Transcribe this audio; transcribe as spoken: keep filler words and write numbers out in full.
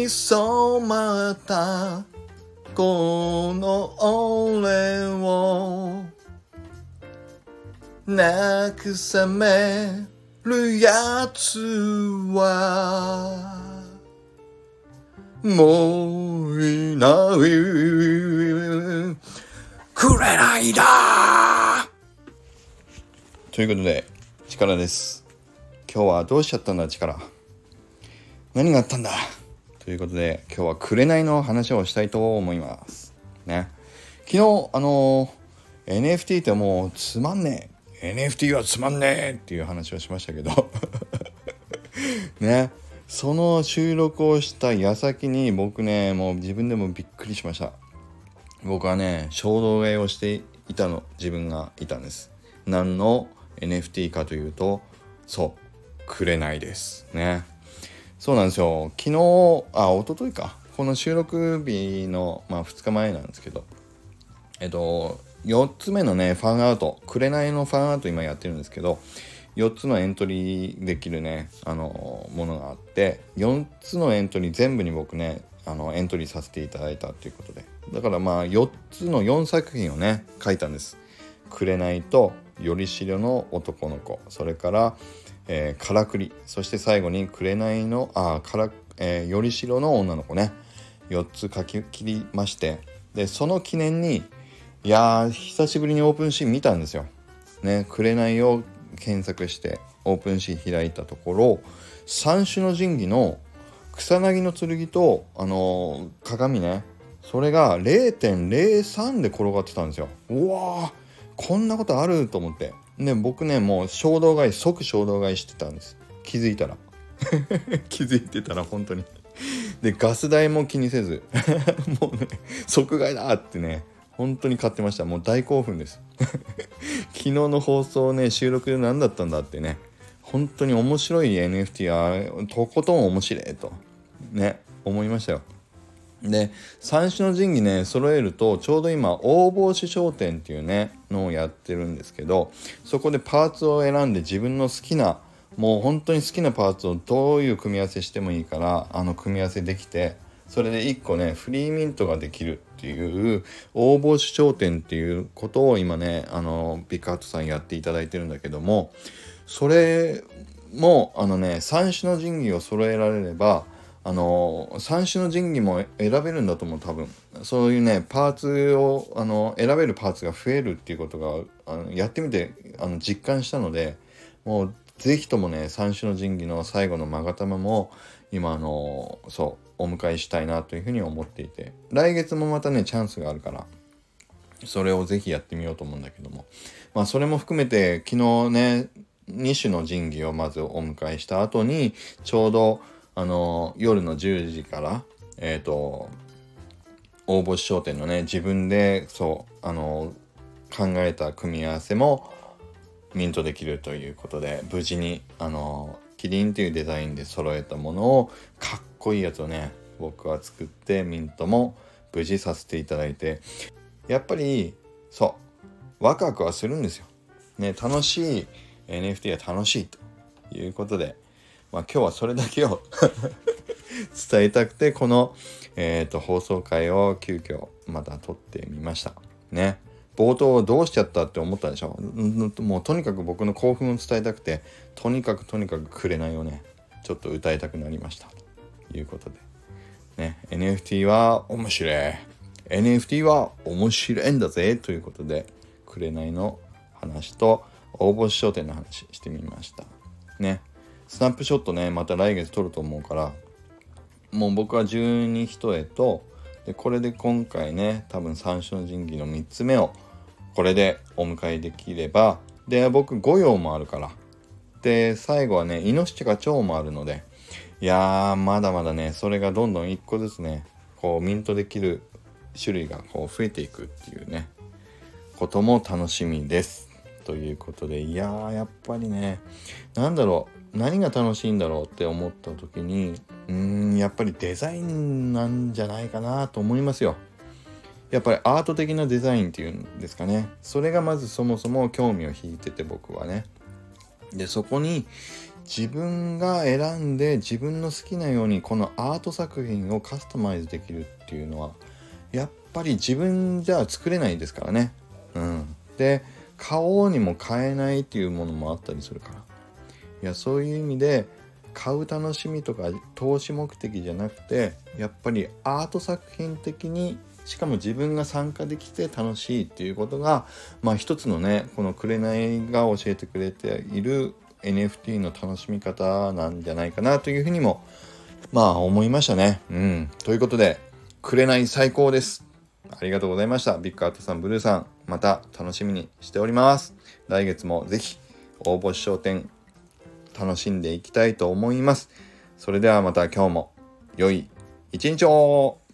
染まったこの俺を慰めるやつはもういないくれないだということで、力です。今日はどうしちゃったんだ力、何があったんだということで、今日は紅の話をしたいと思いますね。昨日あの エヌエフティー ってもうつまんねえ エヌエフティー はつまんねえっていう話をしましたけどね、その収録をした矢先に僕ね、もう自分でもびっくりしました。僕はね、衝動買いをしていたの自分がいたんです。何の エヌエフティー かというと、そう紅ですね。そうなんですよ。昨日あ一昨日か、この収録日の、まあ、ふつかまえなんですけど、えっとよっつめのねファンアート、紅のファンアート今やってるんですけど、よっつのエントリーできるねあのものがあって、よっつのエントリー全部に僕ねあのエントリーさせていただいたということで、だからまあよっつのよんさく品をね書いたんです。紅とよりしろの男の子、それから、えー、からくり、そして最後に紅のあから、えー、よりしろの女の子ね、よっつ書き切りまして、でその記念にいやー久しぶりにオープンシーン見たんですよね。紅を検索してオープンシーン開いたところ、三種の神器の草薙の剣とあのー、鏡ね、それが れいてんれいさん で転がってたんですよ。うわー、こんなことあると思って、ね、僕ねもう衝動買い即衝動買いしてたんです。気づいたら気づいてたら本当にでガス代も気にせずもうね即買いだってね本当に買ってました。もう大興奮です昨日の放送ね、収録で何だったんだってね、本当に面白い エヌエフティー はとことん面白いとね思いましたよ。で三種の神器ね揃えると、ちょうど今大帽子商店っていうねのをやってるんですけど、そこでパーツを選んで自分の好きな、もう本当に好きなパーツをどういう組み合わせしてもいいからあの組み合わせできて、それでいっこねフリーミントができるっていう大帽子商店っていうことを今ねあのビッグハットさんやっていただいてるんだけども、それもあのね三種の神器を揃えられればあの三種の神器も選べるんだと思う。多分そういうねパーツをあの選べるパーツが増えるっていうことがあのやってみてあの実感したので、もうぜひともね三種の神器の最後の勾玉も今あのそうお迎えしたいなというふうに思っていて、来月もまたねチャンスがあるからそれをぜひやってみようと思うんだけども、まあそれも含めて昨日ねに種の神器をまずお迎えした後に、ちょうどあの夜のじゅうじからえっと大星商店のね自分でそうあの考えた組み合わせもミントできるということで、無事にあのキリンというデザインで揃えたものをかっこいいやつをね僕は作ってミントも無事させていただいて、やっぱりそうワクワクはするんですよね。楽しい エヌエフティー は楽しいということで、まあ今日はそれだけを伝えたくてこの、えー、と放送回を急遽また撮ってみましたね。冒頭どうしちゃったって思ったでしょ。もうとにかく僕の興奮を伝えたくて、とにかくとにかく紅をねちょっと歌いたくなりましたということでね、 エヌエフティー は面白い エヌエフティー は面白いんだぜということで、紅の話と大星商店の話してみましたね。スナップショットねまた来月撮ると思うから、もう僕はじゅうに一重とで、これで今回ね多分三種の神器のみっつめをこれでお迎えできれば、で僕ご葉もあるから、で最後はねイノシシか蝶もあるので、いやーまだまだねそれがどんどんいっこずつねこうミントできる種類がこう増えていくっていうねことも楽しみですということで、いやーやっぱりねなんだろう、何が楽しいんだろうって思った時にうーんやっぱりデザインなんじゃないかなと思いますよ。やっぱりアート的なデザインっていうんですかね、それがまずそもそも興味を引いてて僕はね、でそこに自分が選んで自分の好きなようにこのアート作品をカスタマイズできるっていうのはやっぱり自分じゃ作れないですからね。うん、で買おうにも買えないっていうものもあったりするから、いやそういう意味で買う楽しみとか投資目的じゃなくて、やっぱりアート作品的に、しかも自分が参加できて楽しいっていうことが、まあ一つのね、この紅が教えてくれている エヌエフティー の楽しみ方なんじゃないかなというふうにもまあ思いましたね。うん。ということで、紅最高です。ありがとうございました。ビッグアートさん、ブルーさん、また楽しみにしております。来月もぜひ大星商店楽しんでいきたいと思います。それではまた今日も良い一日を。